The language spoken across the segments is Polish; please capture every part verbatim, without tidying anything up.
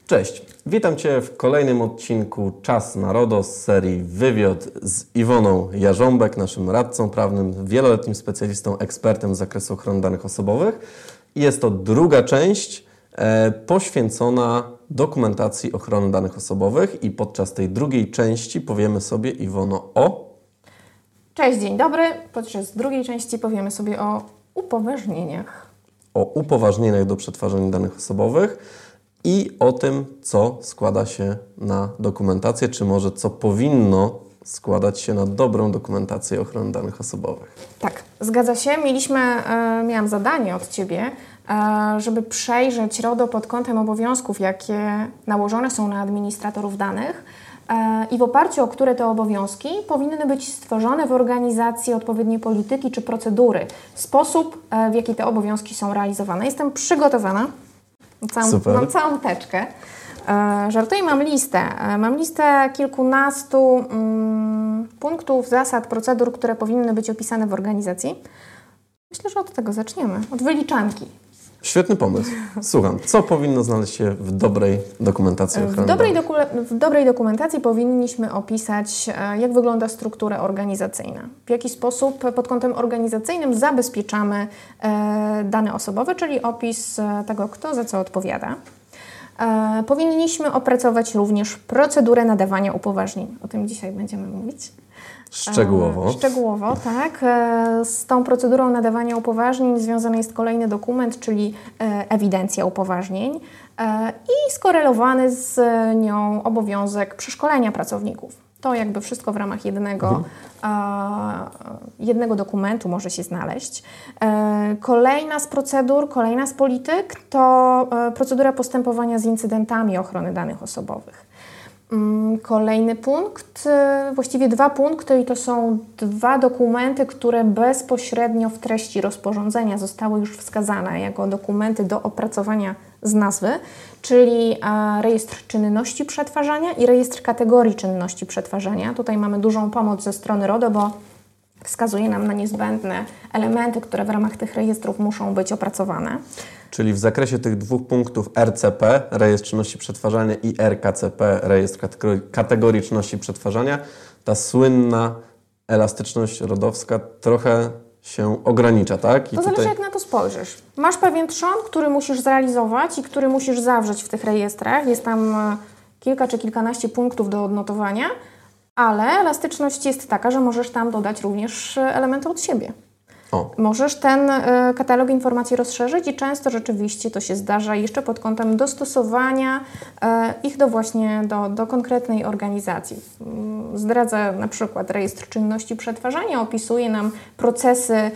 Cześć, witam Cię w kolejnym odcinku Czas na RODO z serii Wywiad z Iwoną Jarząbek, naszym radcą prawnym, wieloletnim specjalistą, ekspertem z zakresu ochrony danych osobowych. Jest to druga część e, poświęcona dokumentacji ochrony danych osobowych i podczas tej drugiej części powiemy sobie, Iwono, o... Cześć, dzień dobry. Podczas drugiej części powiemy sobie o upoważnieniach. O upoważnieniach do przetwarzania danych osobowych i o tym, co składa się na dokumentację, czy może co powinno składać się na dobrą dokumentację ochrony danych osobowych. Tak, zgadza się. Mieliśmy, e, miałam zadanie od Ciebie, e, żeby przejrzeć RODO pod kątem obowiązków, jakie nałożone są na administratorów danych e, i w oparciu o które te obowiązki powinny być stworzone w organizacji odpowiednie polityki czy procedury, sposób, e, w jaki te obowiązki są realizowane. Jestem przygotowana. Całą, mam całą teczkę. E, żartuję, mam listę. E, mam listę kilkunastu mm, punktów, zasad, procedur, które powinny być opisane w organizacji. Myślę, że od tego zaczniemy. Od wyliczanki. Świetny pomysł. Słucham, co powinno znaleźć się w dobrej dokumentacji ochrony w dobrej, danych? doku- w dobrej dokumentacji powinniśmy opisać, e, jak wygląda struktura organizacyjna. W jaki sposób pod kątem organizacyjnym zabezpieczamy e, dane osobowe, czyli opis e, tego, kto za co odpowiada. E, powinniśmy opracować również procedurę nadawania upoważnień. O tym dzisiaj będziemy mówić. Szczegółowo. E, szczegółowo, tak. E, z tą procedurą nadawania upoważnień związany jest kolejny dokument, czyli e, ewidencja upoważnień e, i skorelowany z nią obowiązek przeszkolenia pracowników. To jakby wszystko w ramach jednego, mhm. e, jednego dokumentu może się znaleźć. E, kolejna z procedur, kolejna z polityk to e, procedura postępowania z incydentami ochrony danych osobowych. Kolejny punkt, właściwie dwa punkty i to są dwa dokumenty, które bezpośrednio w treści rozporządzenia zostały już wskazane jako dokumenty do opracowania z nazwy, czyli rejestr czynności przetwarzania i rejestr kategorii czynności przetwarzania. Tutaj mamy dużą pomoc ze strony RODO, bo wskazuje nam na niezbędne elementy, które w ramach tych rejestrów muszą być opracowane. Czyli w zakresie tych dwóch punktów R C P, rejestr czynności przetwarzania, i R K C P, rejestr kategorii, kategorii czynności przetwarzania, ta słynna elastyczność rodowska trochę się ogranicza, tak? I to tutaj... zależy, jak na to spojrzysz. Masz pewien trzon, który musisz zrealizować i który musisz zawrzeć w tych rejestrach. Jest tam kilka czy kilkanaście punktów do odnotowania, ale elastyczność jest taka, że możesz tam dodać również elementy od siebie. O. Możesz ten y, katalog informacji rozszerzyć i często rzeczywiście to się zdarza jeszcze pod kątem dostosowania y, ich do właśnie do, do konkretnej organizacji. Y, zdradzę na przykład rejestr czynności przetwarzania, opisuje nam procesy, y,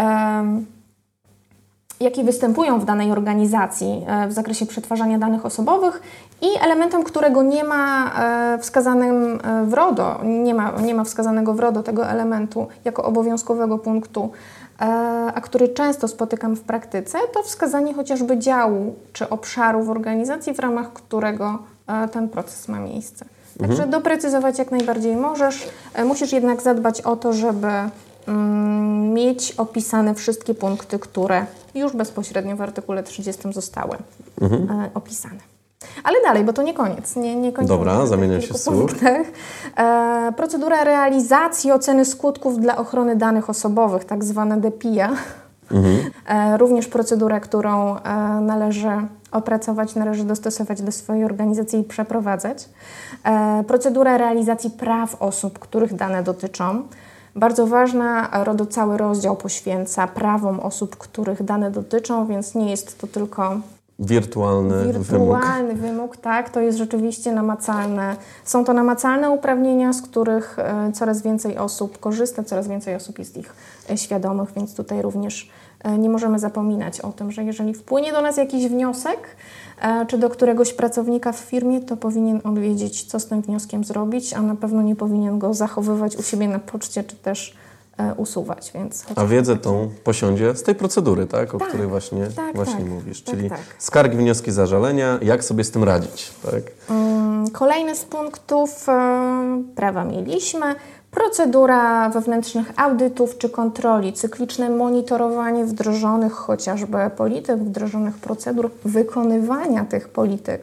jakie występują w danej organizacji y, w zakresie przetwarzania danych osobowych i elementem, którego nie ma y, wskazanym w RODO, nie ma, nie ma wskazanego w RODO tego elementu jako obowiązkowego punktu, a który często spotykam w praktyce, to wskazanie chociażby działu czy obszaru w organizacji, w ramach którego ten proces ma miejsce. Mhm. Także doprecyzować jak najbardziej możesz. Musisz jednak zadbać o to, żeby mm, mieć opisane wszystkie punkty, które już bezpośrednio w artykule trzydziestym zostały mhm. opisane. Ale dalej, bo to nie koniec. Nie, nie kończymy. Dobra, zamieniam się w słuch. E, procedura realizacji oceny skutków dla ochrony danych osobowych, tak zwana D P I A. Mhm. E, również procedura, którą e, należy opracować, należy dostosować do swojej organizacji i przeprowadzać. E, procedura realizacji praw osób, których dane dotyczą. Bardzo ważna, RODO cały rozdział poświęca prawom osób, których dane dotyczą, więc nie jest to tylko... Wirtualny, Wirtualny wymóg. wymóg, tak, to jest rzeczywiście namacalne. Są to namacalne uprawnienia, z których e, coraz więcej osób korzysta, coraz więcej osób jest ich e, świadomych, więc tutaj również e, nie możemy zapominać o tym, że jeżeli wpłynie do nas jakiś wniosek, e, czy do któregoś pracownika w firmie, to powinien on wiedzieć, co z tym wnioskiem zrobić, a na pewno nie powinien go zachowywać u siebie na poczcie, czy też usuwać. Więc a wiedzę tą posiądzie z tej procedury, tak? O tak, której właśnie, tak, właśnie tak, mówisz. tak, Czyli tak. skargi, wnioski, zażalenia, jak sobie z tym radzić, tak? Kolejny z punktów e, prawa mieliśmy. Procedura wewnętrznych audytów czy kontroli, cykliczne monitorowanie wdrożonych chociażby polityk, wdrożonych procedur, wykonywania tych polityk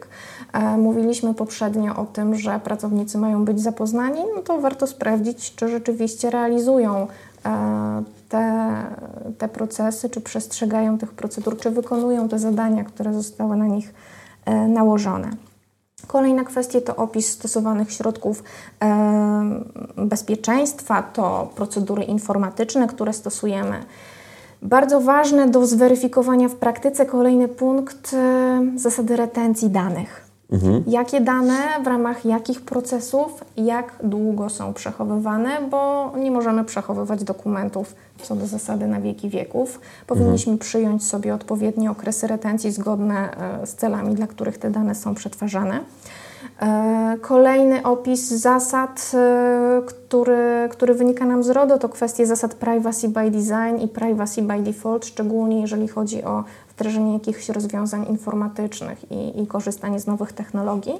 mówiliśmy poprzednio o tym, że pracownicy mają być zapoznani, no to warto sprawdzić, czy rzeczywiście realizują te, te procesy, czy przestrzegają tych procedur, czy wykonują te zadania, które zostały na nich nałożone. Kolejna kwestia to opis stosowanych środków e, bezpieczeństwa, to procedury informatyczne, które stosujemy. Bardzo ważne do zweryfikowania w praktyce kolejny punkt e, zasady retencji danych. Mhm. Jakie dane, w ramach jakich procesów, jak długo są przechowywane, bo nie możemy przechowywać dokumentów co do zasady na wieki wieków. Powinniśmy mhm. przyjąć sobie odpowiednie okresy retencji zgodne z celami, dla których te dane są przetwarzane. Kolejny opis zasad, który, który wynika nam z RODO, to kwestie zasad privacy by design i privacy by default, szczególnie jeżeli chodzi o wdrażanie jakichś rozwiązań informatycznych i, i korzystanie z nowych technologii.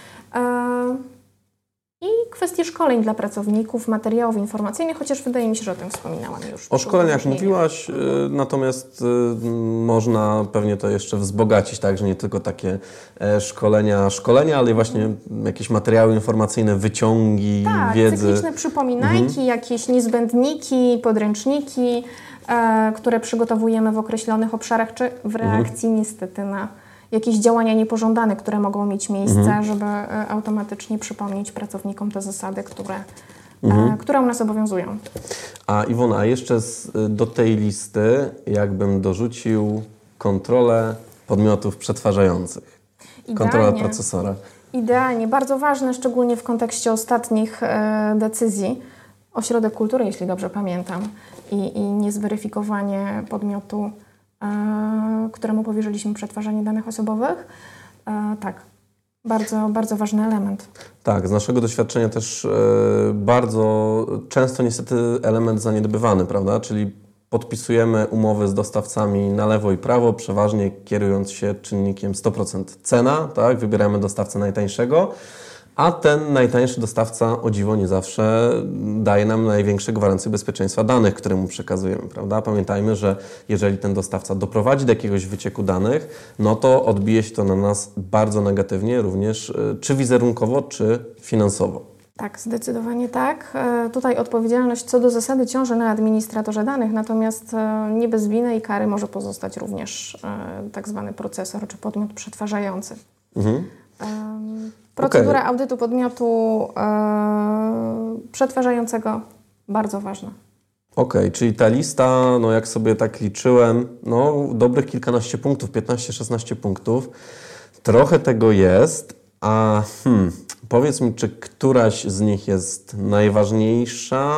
I kwestie szkoleń dla pracowników, materiałów informacyjnych, chociaż wydaje mi się, że o tym wspominałam już. O szkoleniach mówiłaś, mhm. natomiast y, można pewnie to jeszcze wzbogacić, tak, że nie tylko takie e, szkolenia, szkolenia, ale właśnie mhm. jakieś materiały informacyjne, wyciągi, tak, wiedzy. Tak, cykliczne przypominajki, mhm. jakieś niezbędniki, podręczniki, e, które przygotowujemy w określonych obszarach, czy w reakcji mhm. niestety na jakieś działania niepożądane, które mogą mieć miejsce, mhm. żeby automatycznie przypomnieć pracownikom te zasady, które, mhm. e, które u nas obowiązują. A Iwona, jeszcze z, do tej listy jakbym dorzucił kontrolę podmiotów przetwarzających. Idealnie. Kontrola procesora. Idealnie. Bardzo ważne, szczególnie w kontekście ostatnich e, decyzji. Ośrodek Kultury, jeśli dobrze pamiętam, i, i niezweryfikowanie podmiotu, któremu powierzyliśmy przetwarzanie danych osobowych. Tak, bardzo, bardzo ważny element. Tak, z naszego doświadczenia też bardzo często niestety element zaniedbywany, prawda? Czyli podpisujemy umowy z dostawcami na lewo i prawo, przeważnie kierując się czynnikiem sto procent cena, tak? Wybieramy dostawcę najtańszego, a ten najtańszy dostawca, o dziwo, nie zawsze daje nam największe gwarancje bezpieczeństwa danych, które mu przekazujemy, prawda? Pamiętajmy, że jeżeli ten dostawca doprowadzi do jakiegoś wycieku danych, no to odbije się to na nas bardzo negatywnie, również czy wizerunkowo, czy finansowo. Tak, zdecydowanie tak. Tutaj odpowiedzialność co do zasady ciąży na administratorze danych, natomiast nie bez winy i kary może pozostać również tak zwany procesor czy podmiot przetwarzający. Mhm. Um, Procedura okay. audytu podmiotu e, przetwarzającego bardzo ważna. Okej, okay, czyli ta lista, no jak sobie tak liczyłem, no dobrych kilkanaście punktów, piętnaście szesnaście punktów. Trochę tego jest, a hmm, powiedz mi, czy któraś z nich jest najważniejsza,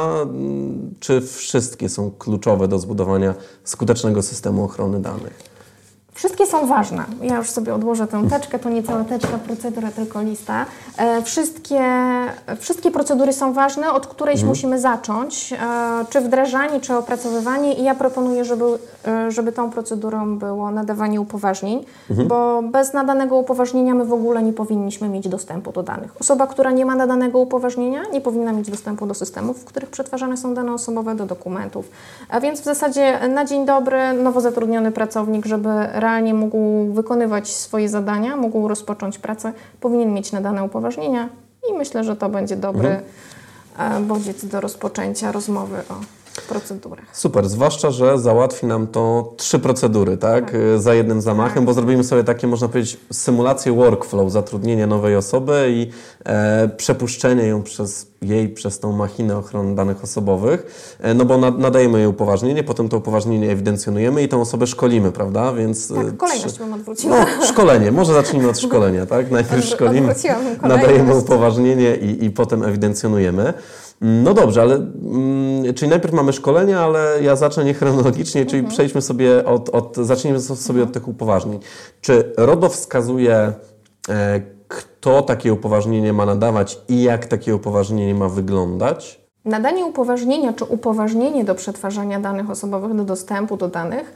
czy wszystkie są kluczowe do zbudowania skutecznego systemu ochrony danych? Wszystkie są ważne. Ja już sobie odłożę tę teczkę, to nie cała teczka, procedura, tylko lista. E, wszystkie, wszystkie procedury są ważne, od którejś mhm. musimy zacząć, e, czy wdrażanie, czy opracowywanie i ja proponuję, żeby, e, żeby tą procedurą było nadawanie upoważnień, mhm. bo bez nadanego upoważnienia my w ogóle nie powinniśmy mieć dostępu do danych. Osoba, która nie ma nadanego upoważnienia, nie powinna mieć dostępu do systemów, w których przetwarzane są dane osobowe, do dokumentów. A więc w zasadzie na dzień dobry nowo zatrudniony pracownik, żeby realnie mógł wykonywać swoje zadania, mógł rozpocząć pracę, powinien mieć nadane upoważnienia i myślę, że to będzie dobry mhm. bodziec do rozpoczęcia rozmowy o procedurach. Super, zwłaszcza, że załatwi nam to trzy procedury, tak? tak. Za jednym zamachem, tak. bo zrobimy sobie takie, można powiedzieć, symulację workflow, zatrudnienia nowej osoby i e, przepuszczenie ją przez jej, przez tą machinę ochrony danych osobowych, e, no bo nad, nadajemy jej upoważnienie, potem to upoważnienie ewidencjonujemy i tą osobę szkolimy, prawda? Więc tak, kolejność trzy... bym odwróciła. No, szkolenie, może zacznijmy od szkolenia, tak? Najpierw szkolimy, nadajemy upoważnienie i, i potem ewidencjonujemy. No dobrze, ale mm, czyli najpierw mamy szkolenie, ale ja zacznę nie chronologicznie, czyli mhm. przejdźmy sobie od, od zacznijmy sobie od tych upoważnień. Czy RODO wskazuje, e, kto takie upoważnienie ma nadawać i jak takie upoważnienie ma wyglądać? Nadanie upoważnienia czy upoważnienie do przetwarzania danych osobowych, do dostępu do danych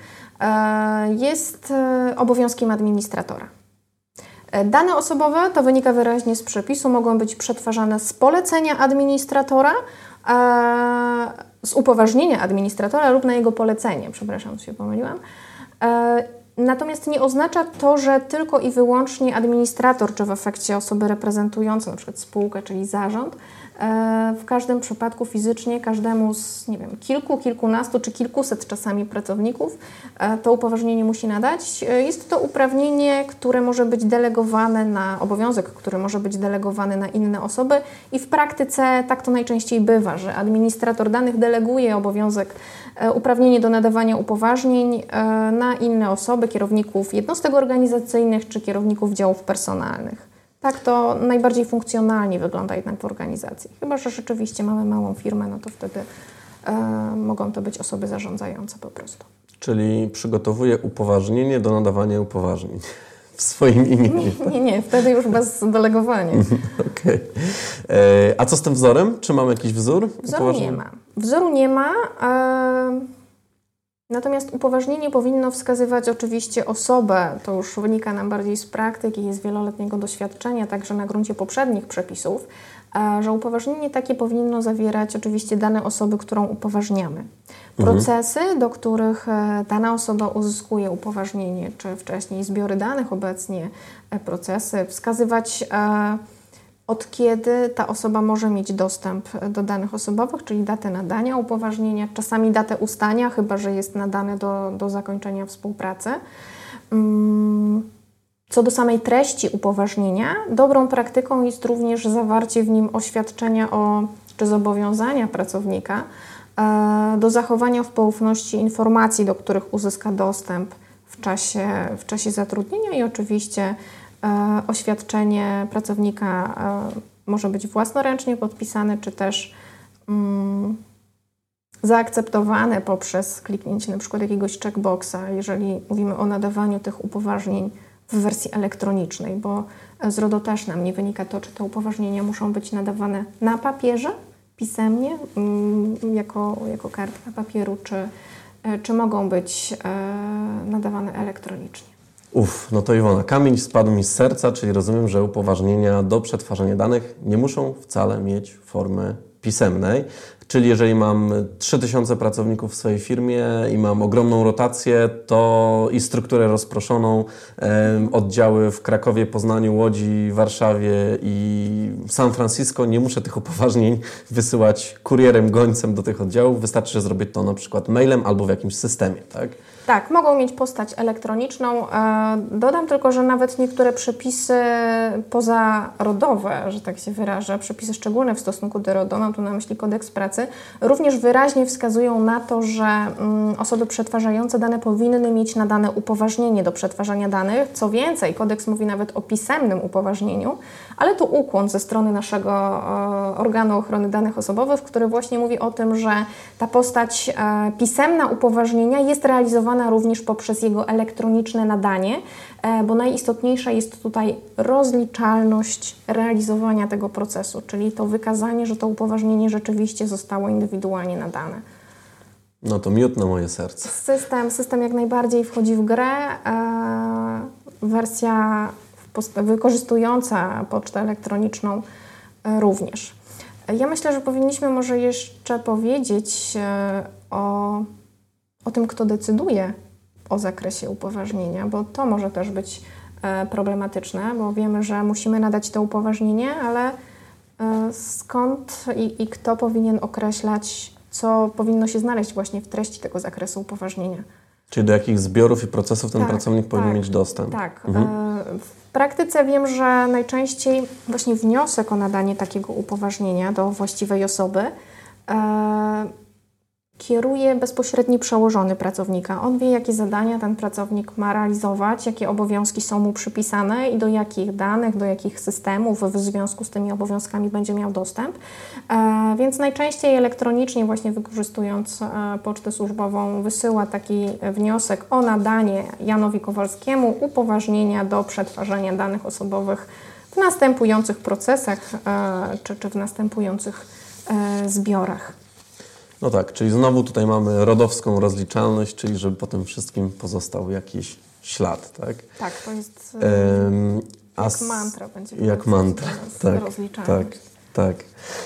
e, jest e, obowiązkiem administratora. Dane osobowe, to wynika wyraźnie z przepisu, mogą być przetwarzane z polecenia administratora, e, z upoważnienia administratora lub na jego polecenie, przepraszam, się pomyliłam. E, Natomiast nie oznacza to, że tylko i wyłącznie administrator, czy w efekcie osoby reprezentujące na przykład spółkę, czyli zarząd, w każdym przypadku fizycznie każdemu z, nie wiem, kilku, kilkunastu czy kilkuset czasami pracowników to upoważnienie musi nadać. Jest to uprawnienie, które może być delegowane na obowiązek, który może być delegowany na inne osoby i w praktyce tak to najczęściej bywa, że administrator danych deleguje obowiązek, uprawnienie do nadawania upoważnień na inne osoby, kierowników jednostek organizacyjnych czy kierowników działów personalnych. Tak to najbardziej funkcjonalnie wygląda jednak w organizacji. Chyba że rzeczywiście mamy małą firmę, no to wtedy e, mogą to być osoby zarządzające po prostu. Czyli przygotowuje upoważnienie do nadawania upoważnień w swoim imieniu. Nie, nie, nie, wtedy już bez delegowania. Okej. Okay. A co z tym wzorem? Czy mamy jakiś wzór? Wzoru nie ma. Wzoru nie ma. E, Natomiast upoważnienie powinno wskazywać oczywiście osobę, to już wynika nam bardziej z praktyki i z wieloletniego doświadczenia, także na gruncie poprzednich przepisów, że upoważnienie takie powinno zawierać oczywiście dane osoby, którą upoważniamy. Procesy, mhm. do których dana osoba uzyskuje upoważnienie, czy wcześniej zbiory danych, obecnie procesy, wskazywać od kiedy ta osoba może mieć dostęp do danych osobowych, czyli datę nadania upoważnienia, czasami datę ustania, chyba że jest nadane do, do zakończenia współpracy. Co do samej treści upoważnienia, dobrą praktyką jest również zawarcie w nim oświadczenia o, czy zobowiązania pracownika do zachowania w poufności informacji, do których uzyska dostęp w czasie, w czasie zatrudnienia i oczywiście oświadczenie pracownika może być własnoręcznie podpisane, czy też um, zaakceptowane poprzez kliknięcie na przykład jakiegoś checkboxa, jeżeli mówimy o nadawaniu tych upoważnień w wersji elektronicznej, bo z RODO też nam nie wynika to, czy te upoważnienia muszą być nadawane na papierze, pisemnie, um, jako, jako kartka papieru, czy, czy mogą być e, nadawane elektronicznie. Uf, no to Iwona, kamień spadł mi z serca, czyli rozumiem, że upoważnienia do przetwarzania danych nie muszą wcale mieć formy pisemnej. Czyli jeżeli mam trzy tysiące pracowników w swojej firmie i mam ogromną rotację, to i strukturę rozproszoną, e, oddziały w Krakowie, Poznaniu, Łodzi, Warszawie i San Francisco, nie muszę tych upoważnień wysyłać kurierem, gońcem do tych oddziałów. Wystarczy, że zrobię to na przykład mailem albo w jakimś systemie, tak? Tak, mogą mieć postać elektroniczną. Dodam tylko, że nawet niektóre przepisy pozarodowe, że tak się wyrażę, przepisy szczególne w stosunku do RODO, mam tu na myśli Kodeks Pracy, również wyraźnie wskazują na to, że osoby przetwarzające dane powinny mieć nadane upoważnienie do przetwarzania danych. Co więcej, Kodeks mówi nawet o pisemnym upoważnieniu, ale to ukłon ze strony naszego organu ochrony danych osobowych, który właśnie mówi o tym, że ta postać pisemna upoważnienia jest realizowana również poprzez jego elektroniczne nadanie, bo najistotniejsza jest tutaj rozliczalność realizowania tego procesu, czyli to wykazanie, że to upoważnienie rzeczywiście zostało indywidualnie nadane. No to miód na moje serce. System, system jak najbardziej wchodzi w grę. Wersja wykorzystująca pocztę elektroniczną również. Ja myślę, że powinniśmy może jeszcze powiedzieć o o tym, kto decyduje o zakresie upoważnienia, bo to może też być e, problematyczne, bo wiemy, że musimy nadać to upoważnienie, ale e, skąd i, i kto powinien określać, co powinno się znaleźć właśnie w treści tego zakresu upoważnienia. Czyli do jakich zbiorów i procesów ten tak, pracownik powinien tak, mieć dostęp. Tak. Mhm. E, w praktyce wiem, że najczęściej właśnie wniosek o nadanie takiego upoważnienia do właściwej osoby e, kieruje bezpośredni przełożony pracownika. On wie, jakie zadania ten pracownik ma realizować, jakie obowiązki są mu przypisane i do jakich danych, do jakich systemów w związku z tymi obowiązkami będzie miał dostęp. E, więc najczęściej elektronicznie, właśnie wykorzystując e, pocztę służbową, wysyła taki wniosek o nadanie Janowi Kowalskiemu upoważnienia do przetwarzania danych osobowych w następujących procesach e, czy, czy w następujących e, zbiorach. No tak, czyli znowu tutaj mamy rodowską rozliczalność, czyli żeby po tym wszystkim pozostał jakiś ślad, tak? Tak, to jest um, jak mantra będzie. Jak mantra, tak, tak. Tak.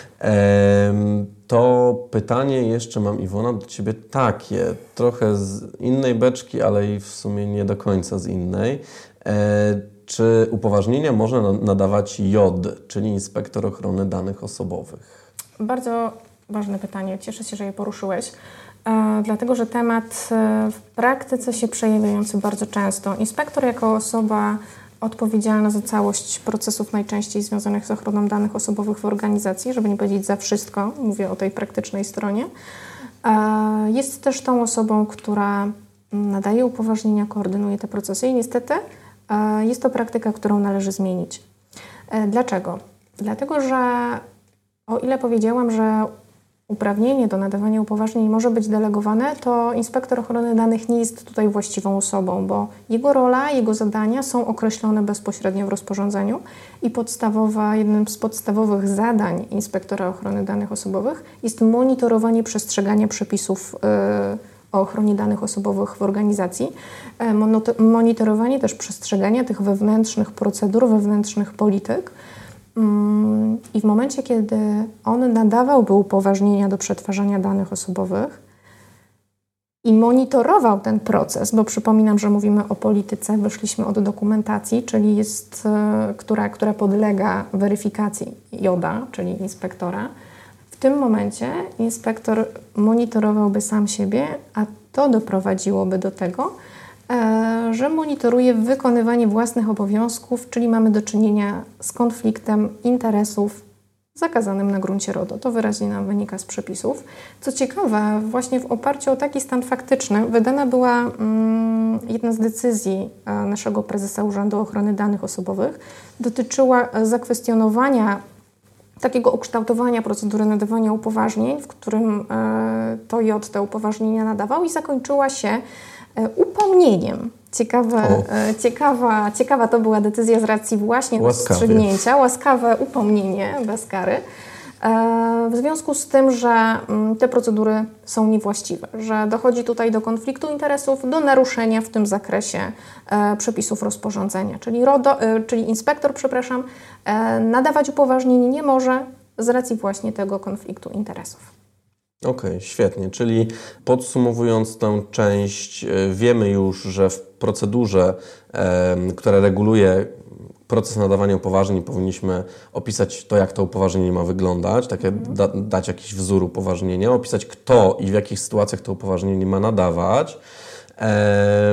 Ehm, to pytanie jeszcze mam, Iwona, do Ciebie takie, trochę z innej beczki, ale i w sumie nie do końca z innej. E, czy upoważnienia można nadawać J O D, czyli inspektor ochrony danych osobowych? Bardzo ważne pytanie. Cieszę się, że je poruszyłeś. E, dlatego, że temat e, w praktyce się przejawiający bardzo często. Inspektor jako osoba odpowiedzialna za całość procesów najczęściej związanych z ochroną danych osobowych w organizacji, żeby nie powiedzieć za wszystko, mówię o tej praktycznej stronie. E, jest też tą osobą, która nadaje upoważnienia, koordynuje te procesy i niestety e, jest to praktyka, którą należy zmienić. E, dlaczego? Dlatego, że o ile powiedziałam, że uprawnienie do nadawania upoważnień może być delegowane, to inspektor ochrony danych nie jest tutaj właściwą osobą, bo jego rola, jego zadania są określone bezpośrednio w rozporządzeniu i podstawowa, jednym z podstawowych zadań inspektora ochrony danych osobowych jest monitorowanie przestrzegania przepisów yy, o ochronie danych osobowych w organizacji, yy, monitorowanie też przestrzegania tych wewnętrznych procedur, wewnętrznych polityk. I w momencie, kiedy on nadawałby upoważnienia do przetwarzania danych osobowych i monitorował ten proces, bo przypominam, że mówimy o polityce, wyszliśmy od dokumentacji, czyli jest, która, która podlega weryfikacji joda, czyli inspektora, w tym momencie inspektor monitorowałby sam siebie, a to doprowadziłoby do tego, że monitoruje wykonywanie własnych obowiązków, czyli mamy do czynienia z konfliktem interesów zakazanym na gruncie RODO. To wyraźnie nam wynika z przepisów. Co ciekawe, właśnie w oparciu o taki stan faktyczny wydana była mm, jedna z decyzji naszego prezesa Urzędu Ochrony Danych Osobowych. Dotyczyła zakwestionowania takiego ukształtowania procedury nadawania upoważnień, w którym e, to J te upoważnienia nadawał i zakończyła się upomnieniem. Ciekawe, ciekawa, ciekawa to była decyzja z racji właśnie rozstrzygnięcia, łaskawe upomnienie bez kary. W związku z tym, że te procedury są niewłaściwe, że dochodzi tutaj do konfliktu interesów, do naruszenia w tym zakresie przepisów rozporządzenia, czyli, RODO, czyli inspektor, przepraszam, nadawać upoważnień nie może z racji właśnie tego konfliktu interesów. Okej, okay, świetnie. Czyli podsumowując tę część, wiemy już, że w procedurze, e, która reguluje proces nadawania upoważnień, powinniśmy opisać to, jak to upoważnienie ma wyglądać, takie da, dać jakiś wzór upoważnienia, opisać kto i w jakich sytuacjach to upoważnienie ma nadawać, e,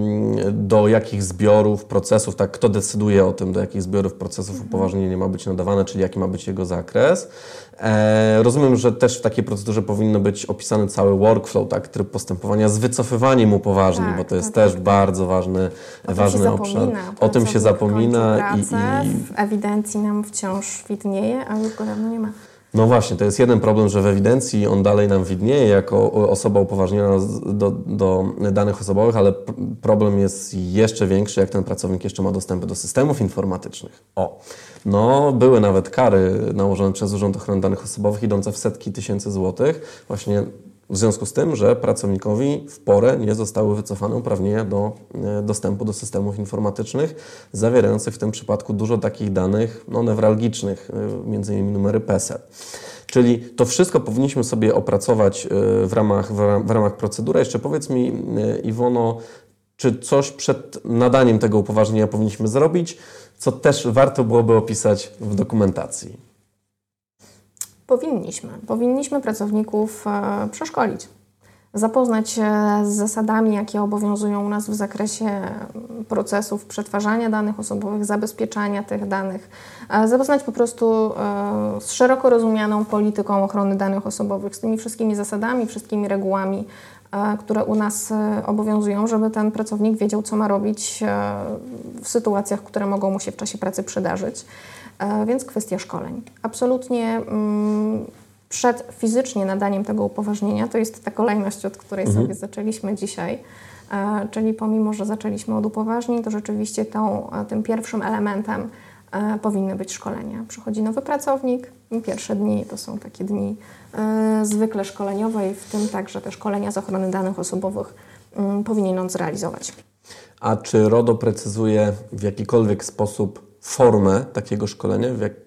do jakich zbiorów, procesów, tak, kto decyduje o tym, do jakich zbiorów, procesów mhm. upoważnienie ma być nadawane, czyli jaki ma być jego zakres. E, rozumiem, że też w takiej procedurze powinno być opisany cały workflow, tak, tryb postępowania z wycofywaniem upoważnień, tak, bo to jest tak, też tak. bardzo ważny, o ważny obszar. O tym się zapomina. Pracę, i, i w ewidencji nam wciąż widnieje, a już go dawno nie ma. No właśnie, to jest jeden problem, że w ewidencji on dalej nam widnieje jako osoba upoważniona do, do danych osobowych, ale problem jest jeszcze większy, jak ten pracownik jeszcze ma dostęp do systemów informatycznych. O, no były nawet kary nałożone przez Urząd Ochrony Danych Osobowych idące w setki tysięcy złotych, właśnie w związku z tym, że pracownikowi w porę nie zostały wycofane uprawnienia do dostępu do systemów informatycznych, zawierających w tym przypadku dużo takich danych no, newralgicznych, między innymi numery PESEL. Czyli to wszystko powinniśmy sobie opracować w ramach, w ramach procedury. Jeszcze powiedz mi, Iwono, czy coś przed nadaniem tego upoważnienia powinniśmy zrobić, co też warto byłoby opisać w dokumentacji? Powinniśmy. Powinniśmy pracowników e, przeszkolić, zapoznać się z zasadami, jakie obowiązują u nas w zakresie procesów przetwarzania danych osobowych, zabezpieczania tych danych, e, zapoznać po prostu e, z szeroko rozumianą polityką ochrony danych osobowych, z tymi wszystkimi zasadami, wszystkimi regułami, e, które u nas e, obowiązują, żeby ten pracownik wiedział, co ma robić e, w sytuacjach, które mogą mu się w czasie pracy przydarzyć. Więc kwestia szkoleń. Absolutnie mm, przed fizycznie nadaniem tego upoważnienia, to jest ta kolejność, od której mhm. sobie zaczęliśmy dzisiaj, e, czyli pomimo, że zaczęliśmy od upoważnień, to rzeczywiście tą, tym pierwszym elementem e, powinny być szkolenia. Przychodzi nowy pracownik, pierwsze dni to są takie dni e, zwykle szkoleniowe i w tym także te szkolenia z ochrony danych osobowych m, powinien on zrealizować. A czy RODO precyzuje w jakikolwiek sposób formę takiego szkolenia, w jak,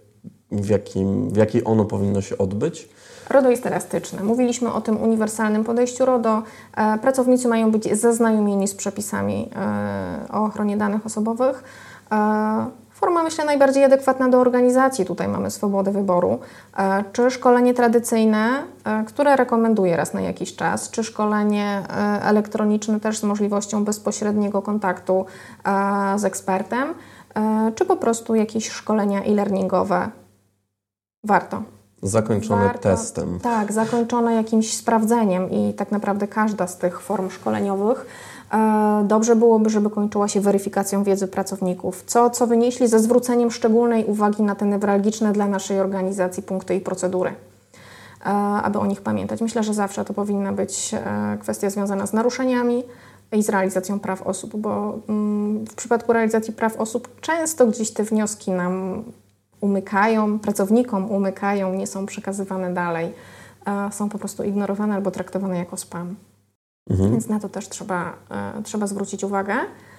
w, jakim, w jakiej ono powinno się odbyć? RODO jest elastyczne. Mówiliśmy o tym uniwersalnym podejściu RODO. E, pracownicy mają być zaznajomieni z przepisami e, o ochronie danych osobowych. E, forma, myślę, najbardziej adekwatna do organizacji. Tutaj mamy swobodę wyboru. E, czy szkolenie tradycyjne, e, które rekomenduję raz na jakiś czas, czy szkolenie e, elektroniczne też z możliwością bezpośredniego kontaktu e, z ekspertem, e, czy po prostu jakieś szkolenia e-learningowe. Warto. Zakończone Warto, testem. Tak, zakończone jakimś sprawdzeniem i tak naprawdę każda z tych form szkoleniowych e, dobrze byłoby, żeby kończyła się weryfikacją wiedzy pracowników, co, co wynieśli ze zwróceniem szczególnej uwagi na te newralgiczne dla naszej organizacji punkty i procedury, e, aby o nich pamiętać. Myślę, że zawsze to powinna być e, kwestia związana z naruszeniami i z realizacją praw osób, bo mm, w przypadku realizacji praw osób często gdzieś te wnioski nam umykają, pracownikom umykają, nie są przekazywane dalej, e, są po prostu ignorowane albo traktowane jako spam. Mhm. Więc na to też trzeba, e, trzeba zwrócić uwagę.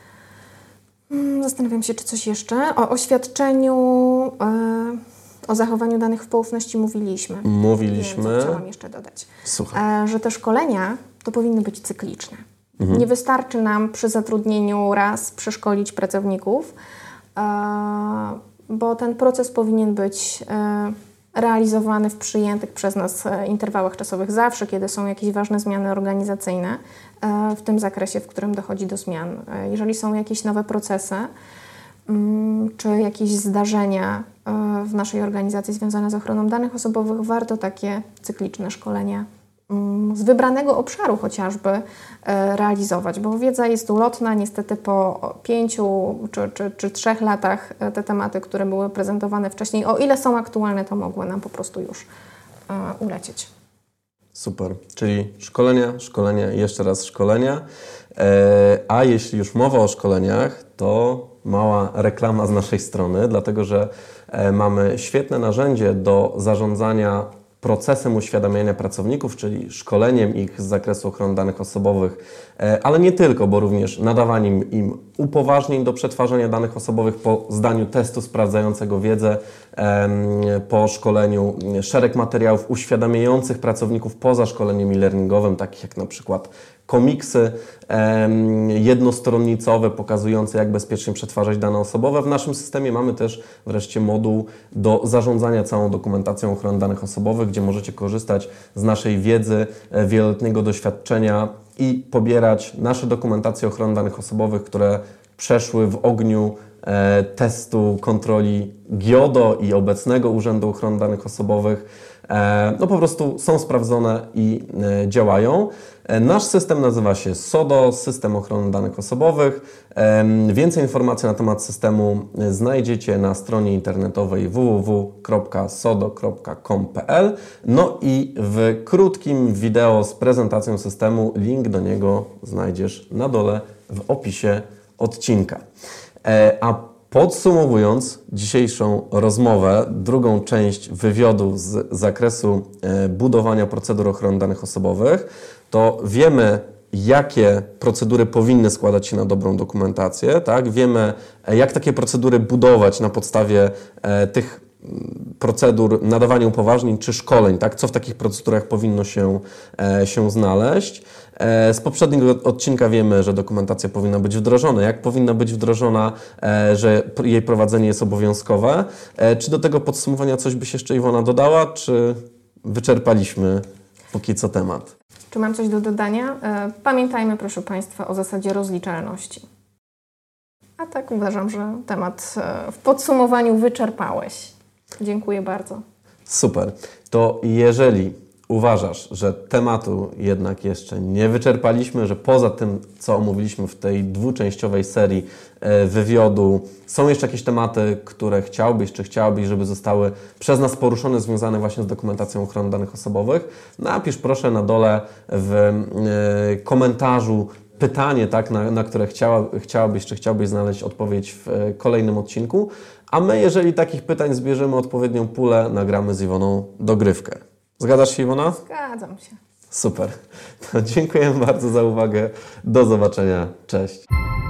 Zastanawiam się, czy coś jeszcze. O oświadczeniu, e, o zachowaniu danych w poufności mówiliśmy. Mówiliśmy. Nie wiem, co chciałam jeszcze dodać. Słuchaj. E, że te szkolenia to powinny być cykliczne. Mhm. Nie wystarczy nam przy zatrudnieniu raz przeszkolić pracowników, e, bo ten proces powinien być e, realizowany w przyjętych przez nas e, interwałach czasowych zawsze, kiedy są jakieś ważne zmiany organizacyjne e, w tym zakresie, w którym dochodzi do zmian. E, jeżeli są jakieś nowe procesy mm, czy jakieś zdarzenia e, w naszej organizacji związane z ochroną danych osobowych, warto takie cykliczne szkolenia z wybranego obszaru chociażby e, realizować, bo wiedza jest ulotna, niestety po pięciu czy, czy, czy trzech latach te tematy, które były prezentowane wcześniej, o ile są aktualne, to mogły nam po prostu już e, ulecieć. Super, czyli szkolenia, szkolenia i jeszcze raz szkolenia, e, a jeśli już mowa o szkoleniach, to mała reklama z naszej strony, dlatego że e, mamy świetne narzędzie do zarządzania procesem uświadamiania pracowników, czyli szkoleniem ich z zakresu ochrony danych osobowych, ale nie tylko, bo również nadawaniem im upoważnień do przetwarzania danych osobowych po zdaniu testu sprawdzającego wiedzę, po szkoleniu szereg materiałów uświadamiających pracowników poza szkoleniem e-learningowym, takich jak na przykład komiksy jednostronnicowe pokazujące, jak bezpiecznie przetwarzać dane osobowe. W naszym systemie mamy też wreszcie moduł do zarządzania całą dokumentacją ochrony danych osobowych, gdzie możecie korzystać z naszej wiedzy, wieloletniego doświadczenia i pobierać nasze dokumentacje ochrony danych osobowych, które przeszły w ogniu e, testu kontroli GIODO i obecnego Urzędu Ochrony Danych Osobowych. E, no po prostu są sprawdzone i e, działają. E, nasz system nazywa się SODO, System Ochrony Danych Osobowych. E, więcej informacji na temat systemu znajdziecie na stronie internetowej w w w kropka sodo kropka com kropka p l. No i w krótkim wideo z prezentacją systemu, link do niego znajdziesz na dole w opisie odcinka. E, a podsumowując dzisiejszą rozmowę, drugą część wywiadu z zakresu e, budowania procedur ochrony danych osobowych, to wiemy, jakie procedury powinny składać się na dobrą dokumentację, tak? Wiemy, jak takie procedury budować na podstawie e, tych procedur nadawania upoważnień czy szkoleń, tak? Co w takich procedurach powinno się, e, się znaleźć. E, z poprzedniego odcinka wiemy, że dokumentacja powinna być wdrożona. Jak powinna być wdrożona, e, że jej prowadzenie jest obowiązkowe. E, czy do tego podsumowania coś byś jeszcze, Iwona, dodała, czy wyczerpaliśmy póki co temat? Czy mam coś do dodania? E, pamiętajmy, proszę Państwa, o zasadzie rozliczalności. A tak uważam, że temat e, w podsumowaniu wyczerpałeś. Dziękuję bardzo. Super. To jeżeli uważasz, że tematu jednak jeszcze nie wyczerpaliśmy, że poza tym, co omówiliśmy w tej dwuczęściowej serii wywiadu, są jeszcze jakieś tematy, które chciałbyś, czy chciałabyś, żeby zostały przez nas poruszone, związane właśnie z dokumentacją ochrony danych osobowych, napisz proszę na dole w komentarzu pytanie, tak, na, na które chciała, chciałabyś, czy chciałbyś znaleźć odpowiedź w kolejnym odcinku, a my, jeżeli takich pytań zbierzemy odpowiednią pulę, nagramy z Iwoną dogrywkę. Zgadzasz się, Iwona? Zgadzam się. Super. To dziękujemy bardzo za uwagę. Do zobaczenia. Cześć.